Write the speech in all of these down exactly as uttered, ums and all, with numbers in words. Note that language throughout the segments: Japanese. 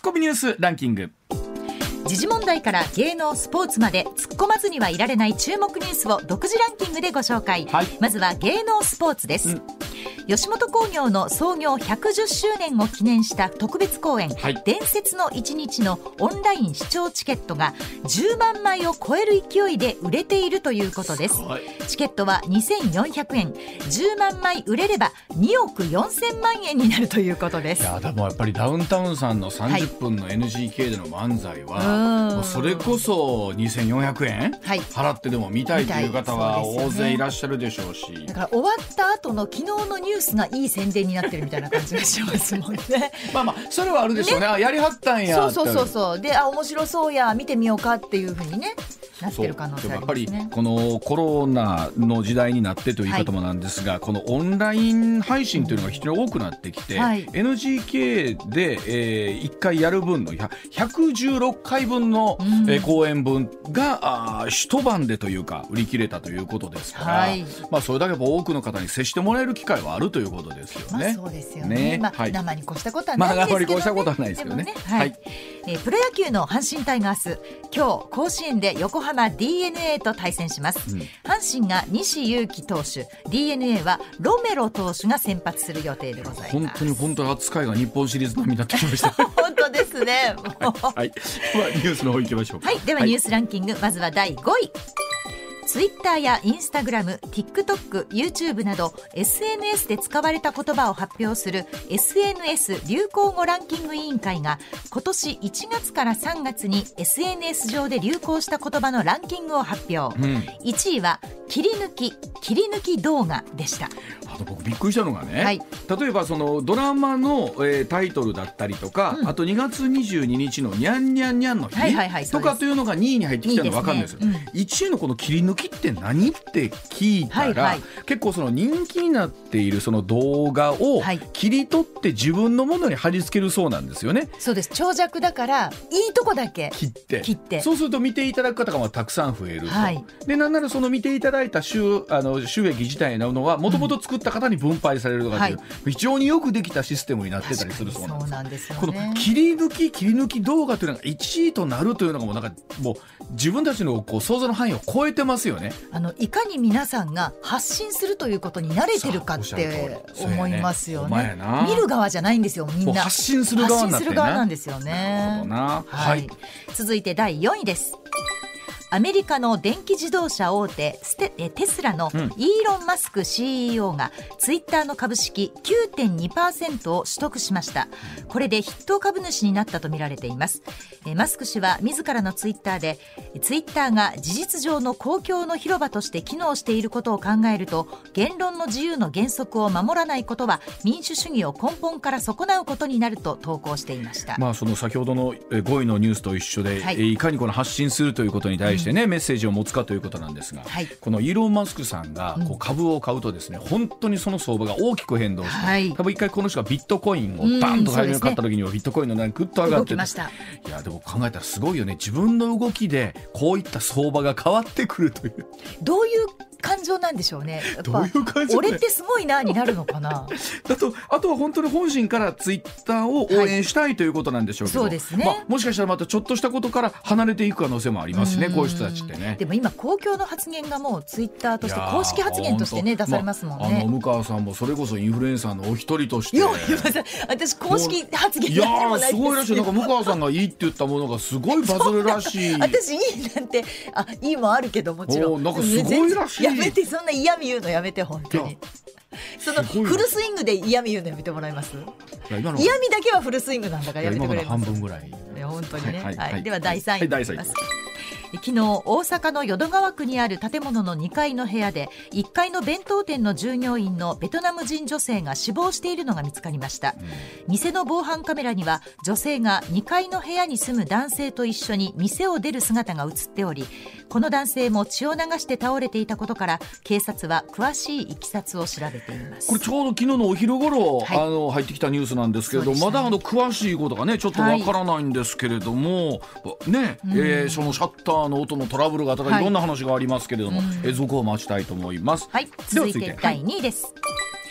コミニュースランキング。 時事問題から芸能スポーツまで突っ込まずにはいられない注目ニュースを独自ランキングでご紹介、はい、まずは芸能スポーツです、うん、吉本興業の創業ひゃくじゅっしゅうねんを記念した特別公演、はい、伝説の一日のオンライン視聴チケットがじゅうまんまいを超える勢いで売れているということです。チケットはにせんよんひゃくえん、じゅうまんまい売れればにおくよんせんまんえんになるということです。 いやでもやっぱりダウンタウンさんのさんじゅっぷんの エヌジーケー での漫才は、はい、もうそれこそにせんよんひゃくえん、はい、払ってでも見たいという方は大勢いらっしゃるでしょうし、 だから終わった後の昨日のニュースがいい宣伝になってるみたいな感じがしますもんねまあまあそれはあるでしょうね。あ、やりはったんや。 そうそうそうそう。で、あ、面白そうや、見てみようかっていうふうにねなってる可能性ありますね。 やっぱりこのコロナの時代になってという言い方もなんですが、はい、このオンライン配信というのが非常に多くなってきて、はい、エヌジーケー で、えー、いっかいやる分のひゃくじゅうろっかいぶんの、うんえー、公演分があ一晩でというか売り切れたということですから、はい、まあ、それだけ多くの方に接してもらえる機会はあるということですよね。 まあ、そうですよね。ね、まあはい、生に越したことはないですけどね。 まあ、生に越したことはないですけどね。 ね、はいはい、えー、プロ野球の阪神タイガース、今日甲子園で横浜 ディーエヌエー と対戦します、うん、阪神が西勇輝投手、 ディーエヌエー はロメロ投手が先発する予定でございます。 本当に本当に扱いが日本シリーズ並みになってきました本当ですねはい、ではニュースの方行きましょうか。 はい、ではニュースランキング、はい、まずはだいごい。ツイッターやインスタグラム、TikTok、YouTube など エスエヌエス で使われた言葉を発表する エスエヌエス 流行語ランキング委員会が今年いちがつからさんがつに エスエヌエス 上で流行した言葉のランキングを発表、うん、いちいは切り抜き切り抜き動画でした。 あと僕びっくりしたのがね、はい、例えばそのドラマの、えー、タイトルだったりとか、うん、あとにがつにじゅうににちのにゃんにゃんにゃんの日、はいはいはい、とかというのがにいに入ってきたのが分かるんですよ。いいですね、うん、いちいのこの切り抜きって何って聞いたら、はいはい、結構その人気になっているその動画を切り取って自分のものに貼り付けるそうなんですよね。 そうです。長尺だからいいとこだけ切って切ってそうすると見ていただく方がたくさん増えると、はい、でなんならその見ていただいた収、あの収益自体のはもともと作った方に分配されるとかっていう、うん、非常によくできたシステムになってたりするそうなんです。 そうなんですよね。 この切り抜き切り抜き動画というのがいちいとなるというのがもうなんかもう自分たちのこう想像の範囲を超えてますよね。 あのいかに皆さんが発信するということに慣れてるかって思いますよ ね, ね見る側じゃないんですよ。みんな発信する側になって、ね、発信する側なんですよね。 なるほどな、 はいはい、続いてだいよんいです。アメリカの電気自動車大手ステテスラのイーロン・マスク シーイーオー がツイッターの株式 きゅうてんにパーセント を取得しました。これで筆頭株主になったとみられています。マスク氏は自らのツイッターでツイッターが事実上の公共の広場として機能していることを考えると言論の自由の原則を守らないことは民主主義を根本から損なうことになると投稿していました。 まあ、その先ほどのごいのニュースと一緒で、はい、いかにこの発信するということに対してね、うん、メッセージを持つかということなんですが、はい、このイーロン・マスクさんがこう株を買うとですね、うん、本当にその相場が大きく変動して、はい、多分一回この人がビットコインをバンと最初に買った時にはビットコインの値段グッと上がって、 ました。 いやでも考えたらすごいよね。自分の動きでこういった相場が変わってくるという。 どういう感情なんでしょうね。やっぱどういう感情、 俺ってすごいなになるのかなだとあとは本当に本心からツイッターを応援したいということなんでしょうけど、 はい、そうですね、 まあ、もしかしたらまたちょっとしたことから離れていく可能性もありますね。こういう人たちってね。 でも今公共の発言がもうツイッターとして公式発言としてね出されますもんね、 まあ、あの向川さんもそれこそインフルエンサーのお一人として。いや私公式発言やってもないです。いやすごいらしい。なんか向川さんがいいって言ったものがすごいバズるらしい私いいなんてあいいもあるけどもちろんなんかすごいらしい。 やめてそんな嫌味言うのやめて本当に。そのフルスイングで嫌味言うのやめてもらいます。嫌味だけはフルスイングなんだからやめてくれます。 半分ぐらい。 いや本当にね、はいはいはい、ではだいさんいいきます、はい、昨日大阪の淀川区にある建物のにかいの部屋でいっかいの弁当店の従業員のベトナム人女性が死亡しているのが見つかりました、うん、店の防犯カメラには女性がにかいの部屋に住む男性と一緒に店を出る姿が映っており、この男性も血を流して倒れていたことから警察は詳しいいきさつを調べています。 これちょうど昨日のお昼頃、はい、あの入ってきたニュースなんですけれど、ね、まだあの詳しいことがねちょっとわからないんですけれども、はい、ね、うんえー、そのシャッターの音のトラブルがとかいろんな話がありますけれども、はい、続報を待ちたいと思います、 はい、続いてだいにいです。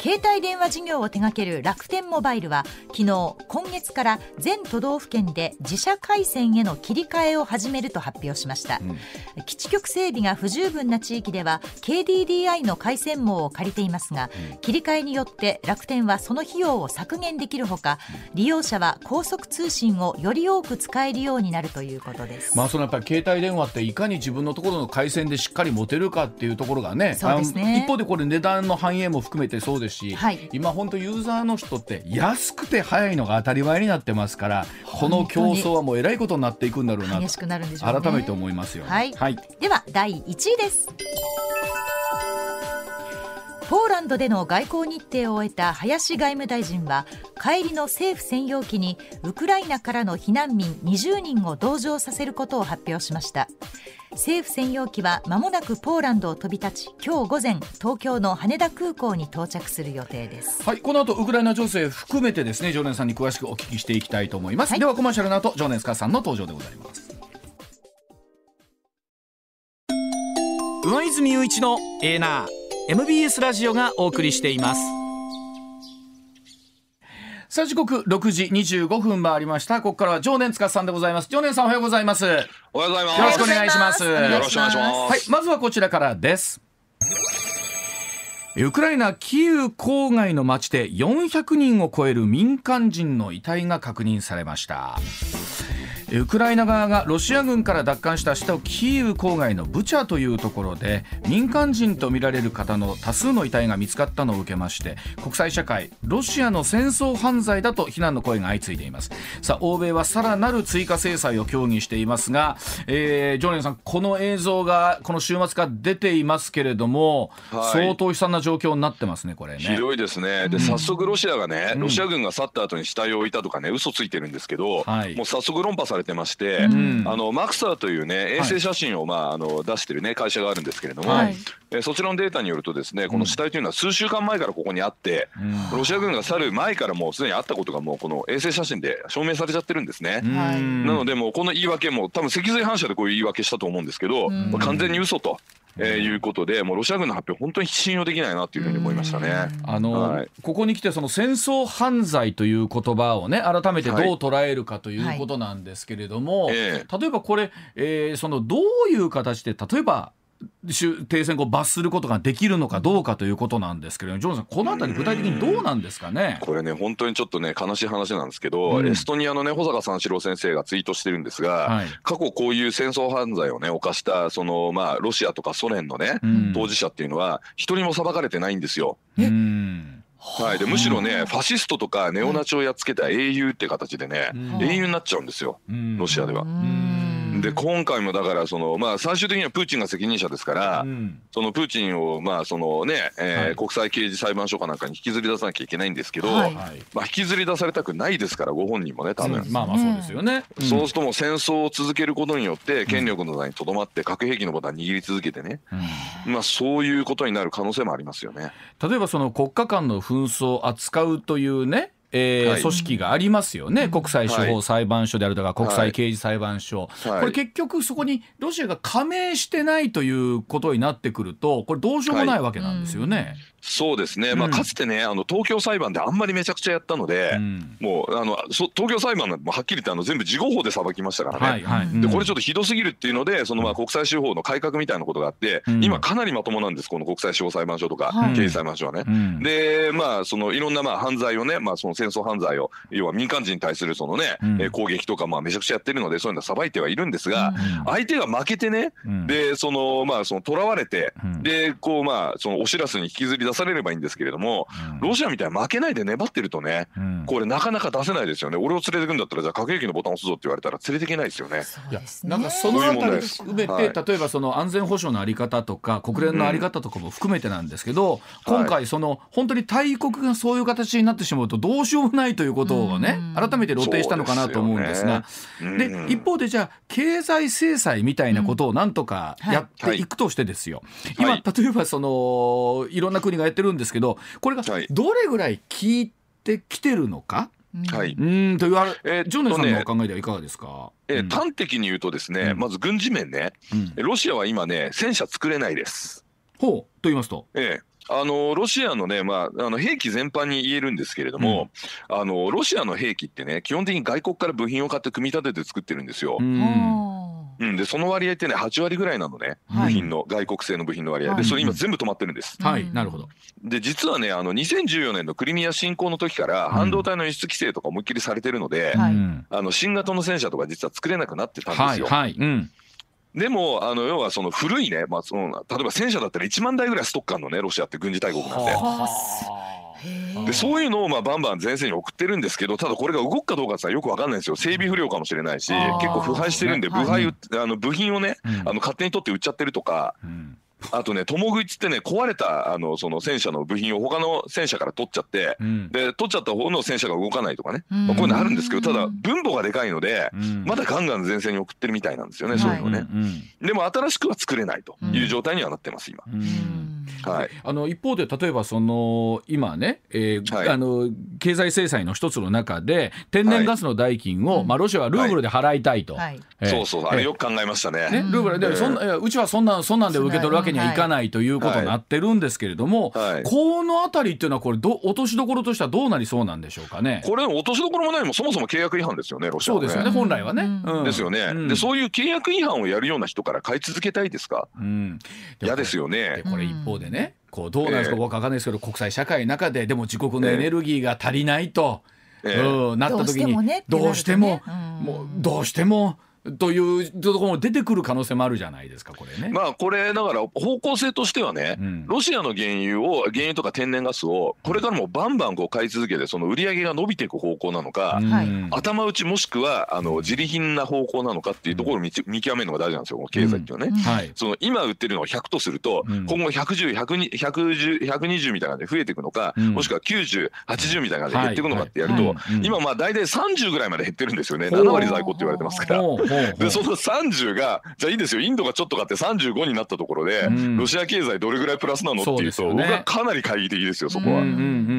携帯電話事業を手掛ける楽天モバイルは昨日、今月から全都道府県で自社回線への切り替えを始めると発表しました、うん、基地局整備が不十分な地域では ケーディーディーアイ の回線網を借りていますが、うん、切り替えによって楽天はその費用を削減できるほか、利用者は高速通信をより多く使えるようになるということです。 まあ、そのやっぱり携帯電話っていかに自分のところの回線でしっかり持てるかっていうところがね、 そうですね。 一方でこれ値段の反映も含めてそうですし、はい、今本当ユーザーの人って安くて早いのが当たり前になってますから、この競争はもうえらいことになっていくんだろうなと激しくなるんでしょうね。 改めて思いますよね。 はいはい、ではだいいちいです。ポーランドでの外交日程を終えた林外務大臣は帰りの政府専用機にウクライナからの避難民にじゅうにんを同乗させることを発表しました。政府専用機は間もなくポーランドを飛び立ち、今日午前東京の羽田空港に到着する予定です。 はい、この後ウクライナ情勢含めてですね、常連さんに詳しくお聞きしていきたいと思います、はい、ではコマーシャルの後、常連スカさんの登場でございます。 上泉雄一のエーナー エムビーエス ラジオがお送りしています。 さあ時刻ろくじにじゅうごふん回りました。ここからは常連司さんでございます。常連さんおはようございます。 おはようございます。 よろしくお願いします。 よろしくお願いします。 はい、まずはこちらからです。ウクライナキーウ郊外の町でよんひゃくにんを超える民間人の遺体が確認されました。ウクライナ側がロシア軍から奪還した首都キーウ郊外のブチャというところで民間人とみられる方の多数の遺体が見つかったのを受けまして、国際社会、ロシアの戦争犯罪だと非難の声が相次いでいます。さあ欧米はさらなる追加制裁を協議していますが、えー、常連さん、この映像がこの週末から出ていますけれども、はい、相当悲惨な状況になってますね。これねひどいですね。で、早速ロシアがね、うん、ロシア軍が去った後に死体を置いたとかね、嘘ついてるんですけど、はい、もう早速論破されてまして、うん、あのマクサーというね衛星写真を、まあ、あの出してるね会社があるんですけれども、はい、えそちらのデータによるとですね、この死体というのは数週間前からここにあって、うん、ロシア軍が去る前からもうすでにあったことがもうこの衛星写真で証明されちゃってるんですね。なのでもうこの言い訳も多分脊髄反射でこういう言い訳したと思うんですけど、まあ、完全に嘘と。えー、いうことで、もうロシア軍の発表本当に信用できないなというふうに思いましたね。 あの、はい、ここに来てその戦争犯罪という言葉をね改めてどう捉えるかということなんですけれども、はいはい、例えばこれ、えー、そのどういう形で例えば停戦を罰することができるのかどうかということなんですけれども、ジョンさん、このあたり具体的にどうなんですかね。 これね本当にちょっとね悲しい話なんですけど、うん、エストニアのね保坂三四郎先生がツイートしてるんですが、はい、過去こういう戦争犯罪をね犯したその、まあ、ロシアとかソ連のね、うん、当事者っていうのは一人も裁かれてないんですよ。うんはい、でむしろねファシストとかネオナチをやっつけた英雄って形でね、うん、英雄になっちゃうんですよ、うん、ロシアでは。うんで今回もだからその、まあ、最終的にはプーチンが責任者ですから、うん、そのプーチンを、まあそのねえーはい、国際刑事裁判所かなんかに引きずり出さなきゃいけないんですけど、はいまあ、引きずり出されたくないですからご本人もね多分、 うん、まあまあそうですよね、 うん、そうするともう戦争を続けることによって権力の座にとどまって核兵器のボタン握り続けてね、うんまあ、そういうことになる可能性もありますよね。 例えばその国家間の紛争を扱うというねえーはい、組織がありますよね。国際司法裁判所であるとか、はい、国際刑事裁判所、はい、これ結局そこにロシアが加盟してないということになってくるとこれどうしようもないわけなんですよね、はいうんそうですね、まあ、かつてねあの東京裁判であんまりめちゃくちゃやったので、うん、もうあの東京裁判もはっきり言ってあの全部事後法で裁きましたからね、はいはいうん、でこれちょっとひどすぎるっていうのでそのまあ国際司法の改革みたいなことがあって、うん、今かなりまともなんですこの国際司法裁判所とか、はい、刑事裁判所はね、うん、でまあそのいろんなまあ犯罪をね、まあ、その戦争犯罪を要は民間人に対するそのね、うん、攻撃とかまあめちゃくちゃやってるのでそういうのは裁いてはいるんですが、うん、相手が負けてね、うん、でそのまあその囚われて、うん、でこうまあそのお知らせに引きずり出されればいいんですけれども、うん、ロシアみたいに負けないで粘ってるとね、うん、これなかなか出せないですよね。俺を連れてくんだったらじゃあ核兵器のボタン押すぞって言われたら連れていけないですよね。 そうですね。 なんかそのあたり含めて、はい、例えばその安全保障のあり方とか国連のあり方とかも含めてなんですけど、うん、今回その本当に大国がそういう形になってしまうとどうしようもないということをね、うん、改めて露呈したのかなと思うんですが、で、ねうん、で一方でじゃあ経済制裁みたいなことをなんとかやっていくとしてですよ、はいはい、今例えばそのいろんな国がやってるんですけどこれがどれぐらい効いてきてるのか、はい、うんと言われ、えー、ジョネさんのお考えではいかがですか。 えー、端的に言うとですね、うん、まず軍事面ね、うん、ロシアは今ね戦車作れないです。 ほうと言いますと、 えーあのロシアのね、まあ、あの兵器全般に言えるんですけれども、うん、あのロシアの兵器ってね基本的に外国から部品を買って組み立てて作ってるんですよ。うんうん、でその割合ってねはちわりぐらいなのね、はい、部品の外国製の部品の割合、はい、でそれ今全部止まってるんです。 はい、なるほど。 で実はねあのにせんじゅうよねんのクリミア侵攻の時から半導体の輸出規制とか思いっきりされてるので、うん、あの新型の戦車とか実は作れなくなってたんですよ。はいはい、うん、でもあの要はその古いね、まあ、その例えば戦車だったらいちまんだいぐらいストックあるのねロシアって軍事大国なんで。でそういうのをまあバンバン前線に送ってるんですけど、ただこれが動くかどうかってよく分かんないんですよ。整備不良かもしれないし結構腐敗してるんで部品、はい、あの部品をね、うん、あの勝手に取って売っちゃってるとか、うん、あとね共食いっつってね壊れたあのその戦車の部品を他の戦車から取っちゃって、うん、で取っちゃった方の戦車が動かないとかね、まあ、こういうのあるんですけど、ただ分母がでかいので、うん、まだガンガン前線に送ってるみたいなんですよね、うん、そういうのね、うん、でも新しくは作れないという状態にはなってます今、うんはい、 あの一方で例えばその今ね、えーはい、あの経済制裁の一つの中で天然ガスの代金を、はいまあ、ロシアはルーブルで払いたいと、はいえー、そうそうあれよく考えました ね, ねルーブルで、えー、そんなうちはそんなそんなんで受け取るわけにはいかないということになってるんですけれども、はいはい、このあたりっていうのはこれど落としどころとしてはどうなりそうなんでしょうかね。 これ落としどころもないもそもそも契約違反ですよねロシアはね。 そうですよね本来はね、うん、 ですよね、うん、でそういう契約違反をやるような人から買い続けたいですか、うん、嫌ですよね。 でこれ一方でねこうどうなんですか、えー、分かんないですけど国際社会の中ででも自国のエネルギーが足りないと、えーうん、なった時にどうしても、もうどうしてもというところも出てくる可能性もあるじゃないですかこれね。 まあこれだから方向性としてはね、うん、ロシアの原油を原油とか天然ガスをこれからもバンバンこう買い続けてその売り上げが伸びていく方向なのか、うん、頭打ちもしくはあの自利品な方向なのかっていうところを 見, 見極めるのが大事なんですよこの経済っていうのはね、うんはい、その今売ってるのをひゃくとすると、うん、今後ひゃくじゅう、ひゃくにじゅう、ひゃくにじゅうみたいな感じで増えていくのか、うん、もしくはきゅうじゅう、はちじゅうみたいな感じで減っていくのかってやると今まあ大体さんじゅうぐらいまで減ってるんですよね。ななわり在庫って言われてますから。でそのさんじゅうがじゃあいいですよインドがちょっと買ってさんじゅうごになったところで、うん、ロシア経済どれぐらいプラスなのっていうと、ね、僕はかなり懐疑的ですよそこは、うんうんうん、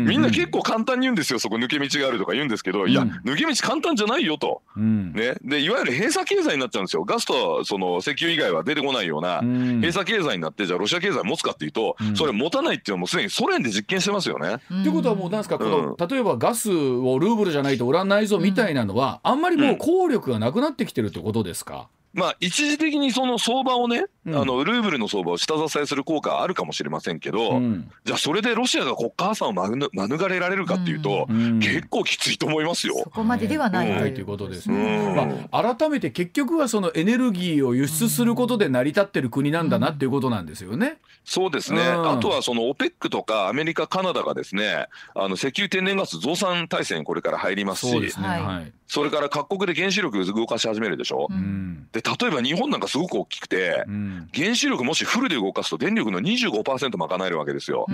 みんな結構簡単に言うんですよそこ抜け道があるとか言うんですけど、うん、いや抜け道簡単じゃないよと、うんね、でいわゆる閉鎖経済になっちゃうんですよ。ガスとその石油以外は出てこないような、うん、閉鎖経済になってじゃあロシア経済持つかっていうと、うん、それ持たないっていうのはもうすでにソ連で実験してますよね。 と、うん、いうことはもうなんですかこの、うん、例えばガスをルーブルじゃないと売らないぞみたいなのは、うん、あんまりもう効力がなくなってきてるってことですか。 まあ一時的にその相場をね、うん、あのルーブルの相場を下支えする効果はあるかもしれませんけど、うん、じゃあそれでロシアが国家破産を免れられるかっていうと、うん、結構きついと思いますよ。 そこまでではない、 うん、ということですね、まあ、改めて結局はそのエネルギーを輸出することで成り立ってる国なんだなっていうことなんですよね。 そうですね、うん、あとはその オペック とかアメリカカナダがですねあの石油天然ガス増産体制にこれから入りますし、そうですね、はい、それから各国で原子力動かし始めるでしょ、うん、で例えば日本なんかすごく大きくて、うん、原子力もしフルで動かすと電力の にじゅうごパーセント 賄えるわけですよ、うん、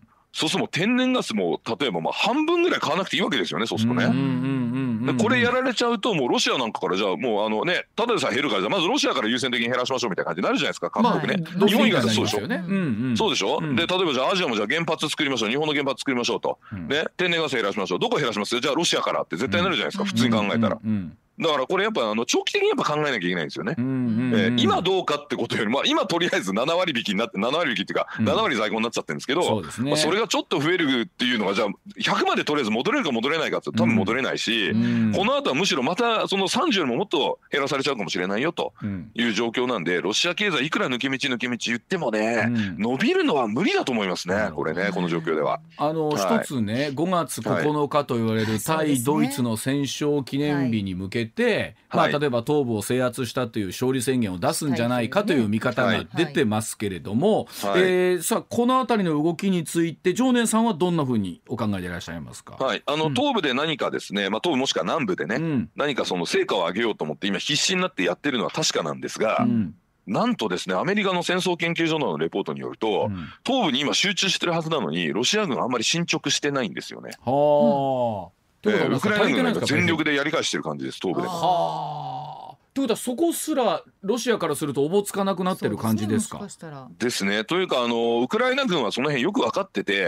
そうすると天然ガスも例えばまあ半分ぐらい買わなくていいわけですよね。そうするとね、うんうんうんうん、でこれやられちゃうともうロシアなんかからじゃあもうあのねただでさえ減るからじゃあまずロシアから優先的に減らしましょうみたいな感じになるじゃないですか各国ね、まあ、日本以外だとそうでしょ、ねうんうん、そうでしょ、うん、で例えばじゃあアジアもじゃあ原発作りましょう日本の原発作りましょうと、うんね、天然ガス減らしましょうどこ減らしますじゃあロシアからって絶対なるじゃないですか、うん、普通に考えたら、うんうんうんだからこれやっぱあの長期的にやっぱ考えなきゃいけないんですよね、うんうんうんえー、今どうかってことよりも、まあ、今とりあえずななわり引きになってななわり引きっていうか、うん、ななわり在庫になっちゃってるんですけど そうですね、まあ、それがちょっと増えるっていうのがじゃあひゃくまでとりあえず戻れるか戻れないかって多分戻れないし、うん、この後はむしろまたそのさんじゅうよりももっと減らされちゃうかもしれないよという状況なんでロシア経済いくら抜け道抜け道言ってもね、うん、伸びるのは無理だと思いますねこれねこの状況では。 あの、はい、一つねごがつここのかと言われる、はい、対ドイツの戦勝記念日に向けて、はいまあ例えば東部を制圧したという勝利宣言を出すんじゃないかという見方が出てますけれども、はいはいえー、さあこのあたりの動きについて常念さんはどんなふうにお考えでいらっしゃいますか。 はい、あの、うん、東部で何かですね、まあ、東部もしくは南部でね、うん、何かその成果を上げようと思って今必死になってやってるのは確かなんですが、うんなんとですねアメリカの戦争研究所のレポートによると、うん、東部に今集中してるはずなのにロシア軍はあんまり進捗してないんですよね。はあえー、ウクライナ軍が全力でやり返してる感じです東部で。 はあということはそこすらロシアからするとおぼつかなくなってる感じですか。 ですね。というかあのウクライナ軍はその辺よく分かってて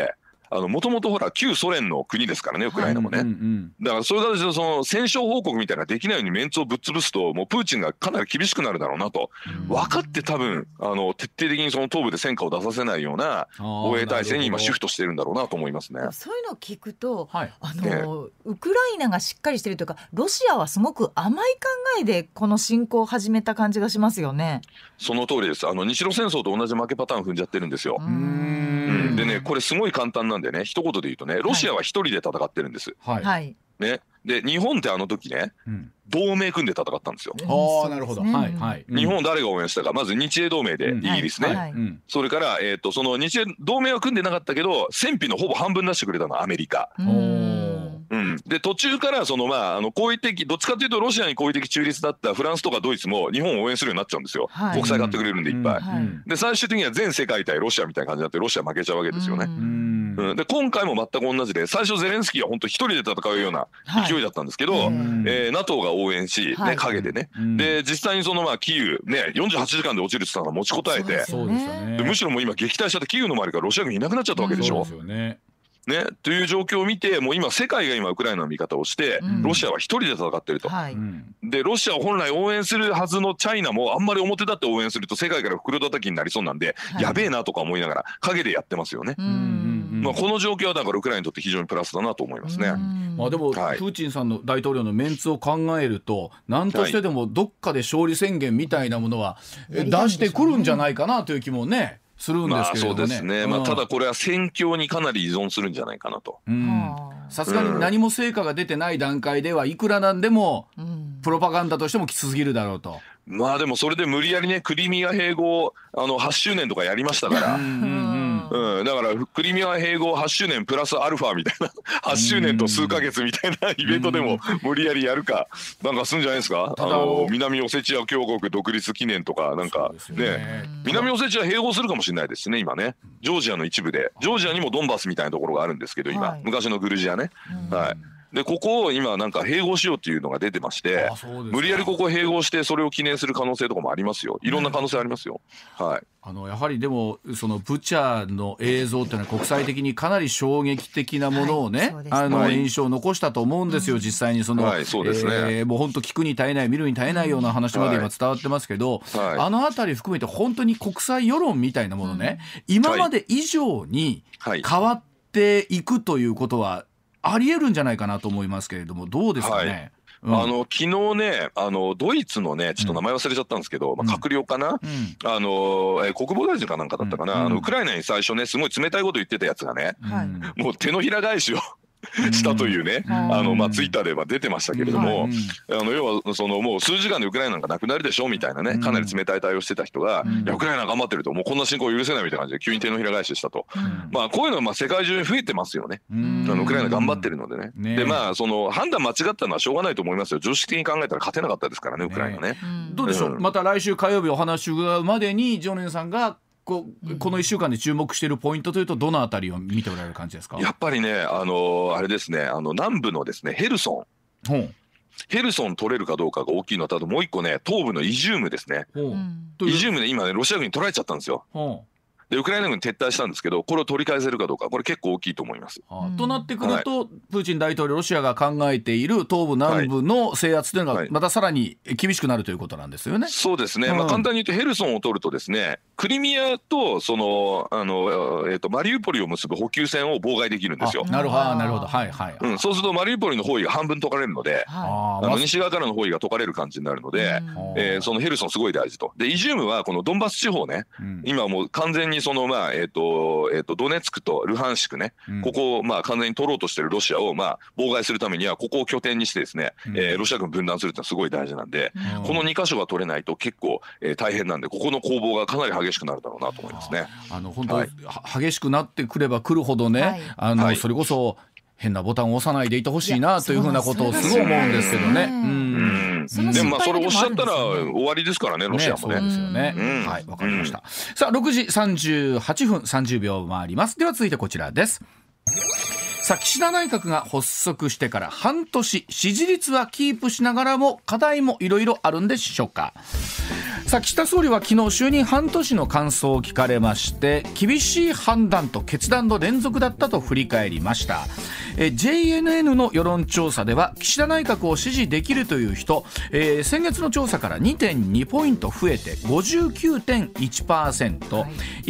もともとほら旧ソ連の国ですからね、ウクライナもね、はい、だからそういう形でその戦勝報告みたいなのができないようにメンツをぶっ潰すと、もうプーチンがかなり厳しくなるだろうなと分かって多分あの徹底的にその東部で戦果を出させないような防衛体制に今シフトしてるんだろうなと思いますね。 そういうのを聞くと、はい、あのね、ウクライナがしっかりしてるというか、ロシアはすごく甘い考えでこの侵攻を始めた感じがしますよね。 その通りです。あの日露戦争と同じ負けパターン踏んじゃってるんですよ。うーん、でね、これすごい簡単なんでね、一言で言うとね、ロシアは一人で戦ってるんです。はい、ね、で日本ってあの時ね、うん、同盟組んで戦ったんですよ。 ああ、なるほど。はいはい。 日本を誰が応援したか、まず日英同盟でイギリスね。うん、はい、それからえっとその日英同盟は組んでなかったけど、戦費のほぼ半分出してくれたのはアメリカ。うん、で途中からそのまああの好意的、どっちかというとロシアに好意的中立だったフランスとかドイツも日本を応援するようになっちゃうんですよ。はい、国債買ってくれるんでいっぱい。うんはい、で最終的には全世界対ロシアみたいな感じになってロシア負けちゃうわけですよね。うんうん、で今回も全く同じで、最初ゼレンスキーは本当一人で戦うような勢いだったんですけど、はい、えー、ナトー が応援し、ね、陰でね、で実際にそのまあキーウねよんじゅうはちじかんで落ちるって言ったのが持ちこたえて、そうですよね、でむしろもう今撃退しちゃってキーウの周りからロシア軍いなくなっちゃったわけでしょ。そうですよね。ね、という状況を見て、もう今世界が今ウクライナの味方をして、うん、ロシアは一人で戦ってると、はい、でロシアを本来応援するはずのチャイナもあんまり表立って応援すると世界から袋叩きになりそうなんで、はい、やべえなとか思いながら陰でやってますよね。うん、まあ、この状況はだからウクライナにとって非常にプラスだなと思いますね。 まあ、でも、はい、プーチンさんの大統領のメンツを考えると、何としてでもどっかで勝利宣言みたいなものは出してくるんじゃないかなという気もねするんですけれどもね。 まあそうですね、うん、まあ、ただこれは戦況にかなり依存するんじゃないかなと。 さすがに何も成果が出てない段階ではいくらなんでもプロパガンダとしてもきつすぎるだろうと。 まあでもそれで無理やりねクリミア併合あのはっしゅうねんとかやりましたからうん、だからクリミア併合はっしゅうねんプラスアルファみたいなはっしゅうねんと数ヶ月みたいなイベントでも無理やりやるかなんかするんじゃないですか。あの南オセチア共和国独立記念とかなんか ね, ね南オセチア併合するかもしれないですね今ね。ジョージアの一部でジョージアにもドンバスみたいなところがあるんですけど今、はい、昔のグルジアね、はい、でここを今なんか併合しようっていうのが出てまして、無理やりここを併合してそれを記念する可能性とかもありますよ。いろんな可能性ありますよ。はい、 あのやはりでもそのブチャの映像っていうのは国際的にかなり衝撃的なものをね、はい、あの、はい、印象を残したと思うんですよ、実際にその、はい、そうですね、えー、もう本当聞くに耐えない見るに耐えないような話まで今伝わってますけど、はい、あのあたり含めて本当に国際世論みたいなものね、うん、今まで以上に変わっていくということはありえるんじゃないかなと思いますけれども、どうですかね。はい、うん、あの昨日ねあのドイツのねちょっと名前忘れちゃったんですけど、うん、まあ、閣僚かな、うん、あのえ国防大臣かなんかだったかな、うん、あのウクライナに最初ねすごい冷たいこと言ってたやつがね、うん、もう手のひら返しをしたというね、うん、あのまあツイッターでは出てましたけれども、うん、あの要はそのもう数時間でウクライナなんかなくなるでしょみたいなね、かなり冷たい対応してた人が、うん、いやウクライナ頑張ってるともうこんな侵攻許せないみたいな感じで急に手のひら返ししたと、うん、まあこういうのはまあ世界中に増えてますよね、うん、あのウクライナ頑張ってるので ね, ねでまあその判断間違ったのはしょうがないと思いますよ。常識的に考えたら勝てなかったですからねウクライナ ね, ね、 うん、どうでしょう、うん、また来週火曜日お話伺うまでに常連さんがこ, このいっしゅうかんで注目しているポイントというとどのあたりを見ておられる感じですか。 やっぱりねあのあれですねあの南部のですねヘルソン、うん、ヘルソン取れるかどうかが大きいのと、あともう一個ね東部のイジュームですね、うん、イジュームね今ねロシア軍に取られちゃったんですよ、うん、でウクライナ軍撤退したんですけどこれを取り返せるかどうかこれ結構大きいと思います、 はあ、となってくると、はい、プーチン大統領ロシアが考えている東部南部の制圧というのがまたさらに厳しくなるということなんですよね、はい、 そうですね、うん、まあ、簡単に言うとヘルソンを取るとですねクリミアとそのあの、えー、とマリウポリを結ぶ補給線を妨害できるんですよ。 なるほどなるほど、はいはい、 うん、そうするとマリウポリの包囲が半分解かれるので、はい、あの西側からの包囲が解かれる感じになるので、えー、そのヘルソンすごい大事と。でイジュームはこのドンバス地方ね、うん、今もう完全にそのまあえっ、ー、とえっ、ー、とドネツクとルハンシクね、うん、ここをまあ完全に取ろうとしてるロシアをまあ妨害するためにはここを拠点にしてですね、うん、えー、ロシア軍分断するってのはすごい大事なんで、うん、このに箇所が取れないと結構、えー、大変なんでここの攻防がかなり激しくなるだろうなと思いますね。 あの本当、はい、激しくなってくればくるほどね、はい、あの、はい、それこそ変なボタンを押さないでいてほしいなというふうなことをすごい思うんですけどね。うん、うん、 でもまあそれおっしゃったら終わりですからねロシアもね。 ね、そうですよね、うん、はい、わかりました、うん、さあろくじさんじゅうはっぷんさんじゅうびょう回ります。では続いてこちらです。 さあ岸田内閣が発足してから半年、支持率はキープしながらも課題もいろいろあるんでしょうか。さあ岸田総理は昨日就任半年の感想を聞かれまして、厳しい判断と決断の連続だったと振り返りました。え ジェイエヌエヌ の世論調査では岸田内閣を支持できるという人、えー、先月の調査から にてんに ポイント増えて ごじゅうきゅうてんいちパーセント、はい、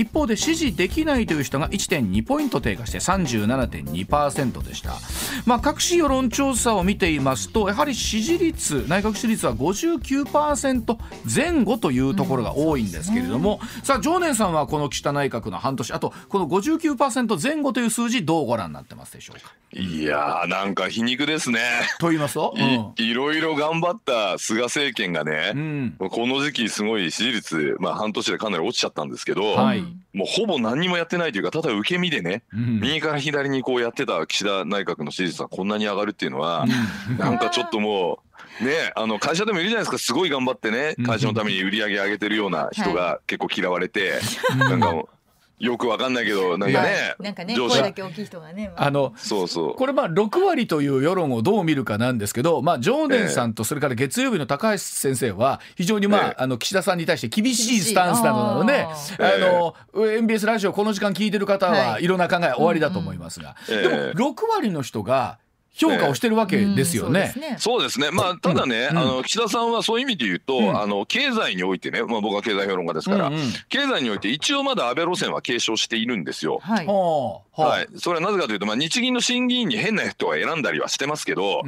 一方で支持できないという人が いってんに ポイント低下して さんじゅうななてんにパーセント でした。まあ、各種世論調査を見ていますと、やはり支持率、内閣支持率は ごじゅうきゅうパーセント 前後というところが多いんですけれども、うん、さあ常念さんはこの岸田内閣の半年、あとこの ごじゅうきゅうパーセント 前後という数字、どうご覧になってますでしょうか。 いやーなんか皮肉ですね。 と言いますと、うん、 い, いろいろ頑張った菅政権がね、うん、この時期すごい支持率、まあ、半年でかなり落ちちゃったんですけど、はい、もうほぼ何にもやってないというか、ただ受け身でね、うん、右から左にこうやってた岸田内閣の支持率がこんなに上がるっていうのは、うん、なんかちょっともうね、あの会社でもいるじゃないですか、すごい頑張ってね会社のために売り上げ上げてるような人が結構嫌われて、はい、なんかよくわかんないけどなんかね、 なんかね声だけ大きい人がね、 あのそうそうこれまあろく割という世論をどう見るかなんですけど、まあ常念さんとそれから月曜日の高橋先生は非常にまあ、ええ、あの岸田さんに対して厳しいスタンスなのなので、あの エムビーエス ラジオこの時間聞いてる方はいろんな考え終わりだと思いますが、はい、でもろく割の人が評価をしてるわけですよね。 えー、そうですね。まあただね、うん、あの岸田さんはそういう意味で言うと、うん、あの経済においてね、まあ僕は経済評論家ですから、うんうん、経済において一応まだ安倍路線は継承しているんですよ。はい。はい。それはなぜかというと、まあ日銀の審議員に変な人が選んだりはしてますけど、うん、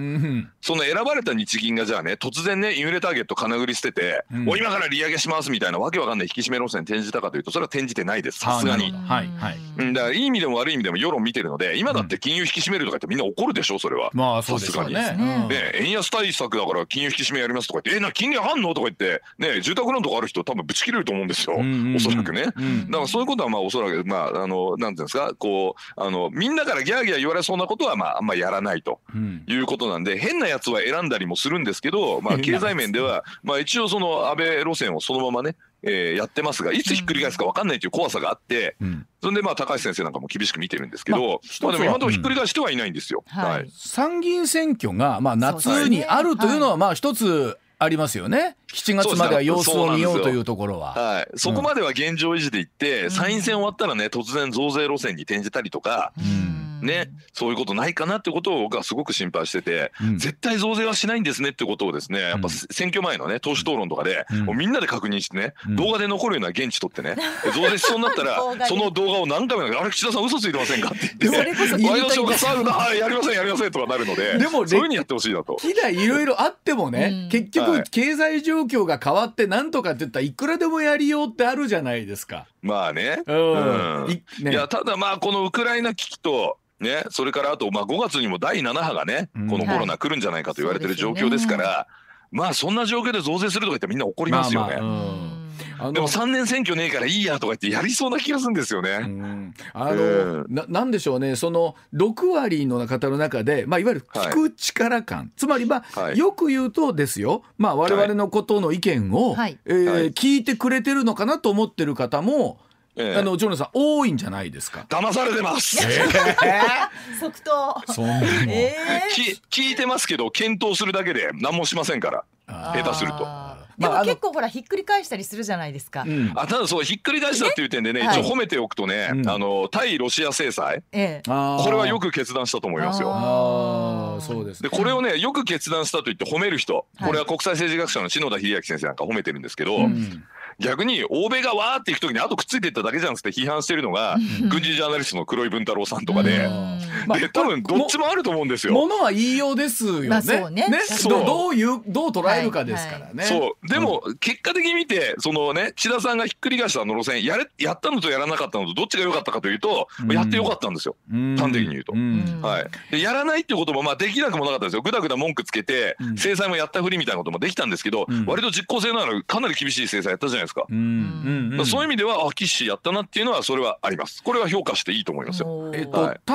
その選ばれた日銀がじゃあね、突然ねインフレターゲット金繰り捨てて、うん、もう今から利上げしますみたいなわけわかんない引き締め路線転じたかというと、それは転じてないです。さすがに。はいはい。だからいい意味でも悪い意味でも世論見てるので、今だって金融引き締めるとか言ってみんな怒るでしょそれは。まあそうですよね。ね、円安対策だから金融引き締めやりますとか言って、えな金利あんのとか言ってね、住宅ローンとかある人多分ぶち切れると思うんですよ、うんうんうん、おそらくね、うん、だからそういうことはまあおそらくまああのなんていうんですか、こうあのみんなからギャーギャー言われそうなことはまああんまやらないということなんで、うん、変なやつは選んだりもするんですけど、まあ経済面ではまあ一応その安倍路線をそのままねえー、やってますが、いつひっくり返すか分かんないという怖さがあって、うん、それでまあ高橋先生なんかも厳しく見てるんですけど、まあ、まあでも今のところひっくり返してはいないんですよ。 うんはいはい、参議院選挙がまあ夏にあるというのはまあ一つありますよね。しちがつまでは様子を見ようというところは、 はい、そこまでは現状維持でいって、うん、参院選終わったらね突然増税路線に転じたりとか、うんね、そういうことないかなってことを僕はすごく心配してて、うん、絶対増税はしないんですねってことをですね、やっぱ選挙前のね党首討論とかで、うん、もうみんなで確認してね、うん、動画で残るような現地撮ってね、増税しそうになったらその動画を何回もあれ岸田さん嘘ついてませんかって言ってワイドショーが騒ぐな、はいやりませんやりませんとかなるので、でもそういう風にやってほしいなと。 歴代いろいろあってもね、うん、結局経済状況が変わってなんとかって言ったらいくらでもやりようってあるじゃないですか。 まあね、うん、い, ねいやただまあこのウクライナ危機とね、それからあとまあごがつにもだいなな波がね、うん、このコロナ来るんじゃないかと言われてる状況ですから、はい、まあそんな状況で増税するとか言ってみんな怒りますよね。まあまあ、うん、でもさんねん選挙ねえからいいやとか言ってやりそうな気がするんですよね。うん、 あの、えー、な, なんでしょうね、そのろく割の方の中で、まあ、いわゆる聞く力感、はい、つまり、まあはい、よく言うとですよ、まあ、我々のことの意見を、はいえーはい、聞いてくれてるのかなと思ってる方もええ、あのジョナさん多いんじゃないですか。 騙されてます、えー、即答そんなに、 えー、聞いてますけど検討するだけで何もしませんから下手すると。 でも結構ほらひっくり返したりするじゃないですか、うん、 あただそうひっくり返したっていう点でね、一応褒めておくとね、はい、あの対ロシア制裁、ええ、これはよく決断したと思いますよ。 あそうです、ね、 でこれをねよく決断したと言って褒める人、これは国際政治学者の篠田秀明先生なんか褒めてるんですけど、うん逆に欧米がわーっていく時にあとくっついていっただけじゃなくて批判してるのが軍事ジャーナリストの黒井文太郎さんとかで、で多分どっちもあると思うんですよ。 ものは言いようですよね。まあそうねねそうどういうどう捉えるかですからね。 はいはい、そうでも、うん、結果的に見てそのね岸田さんがひっくり返したあの路線やれやったのとやらなかったのとどっちが良かったかというと、うん、やって良かったんですよ。端的に言うと、うん、はい。でやらないっていうこともまあできなくもなかったんですよ。ぐだぐだ文句つけて、うん、制裁もやったふりみたいなこともできたんですけど、うん、割と実効性のあるかなり厳しい制裁やったじゃないですか。うんうんうん、そういう意味ではあ岸やったなっていうのはそれはあります。これは評価していいと思いますよ。 えっと、はい、対